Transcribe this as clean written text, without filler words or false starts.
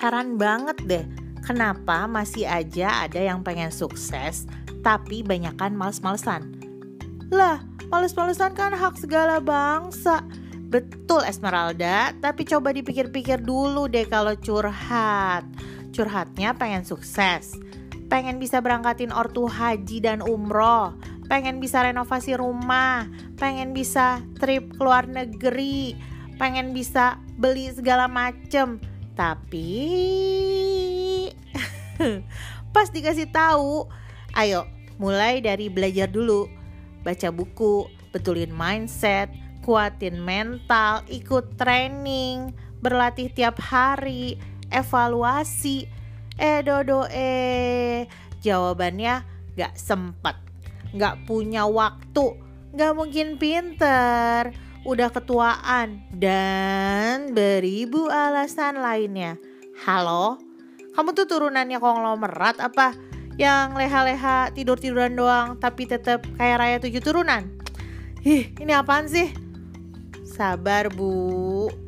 Heran banget deh, kenapa masih aja ada yang pengen sukses tapi banyakan males-malesan. Lah, males-malesan kan hak segala bangsa. Betul Esmeralda, tapi coba dipikir-pikir dulu deh kalau curhat. Curhatnya pengen sukses, pengen bisa berangkatin ortu haji dan umroh, pengen bisa renovasi rumah, pengen bisa trip ke luar negeri, pengen bisa beli segala macem. Tapi pas dikasih tahu, ayo mulai dari belajar dulu. Baca buku, betulin mindset, kuatin mental, ikut training, berlatih tiap hari, evaluasi. Jawabannya gak sempet, gak punya waktu, gak mungkin pinter, udah ketuaan, dan beribu alasan lainnya. Halo, kamu tuh turunannya konglomerat apa? Yang leha-leha tidur-tiduran doang tapi tetap kayak raya 7 turunan? Ini apaan sih? Sabar Bu,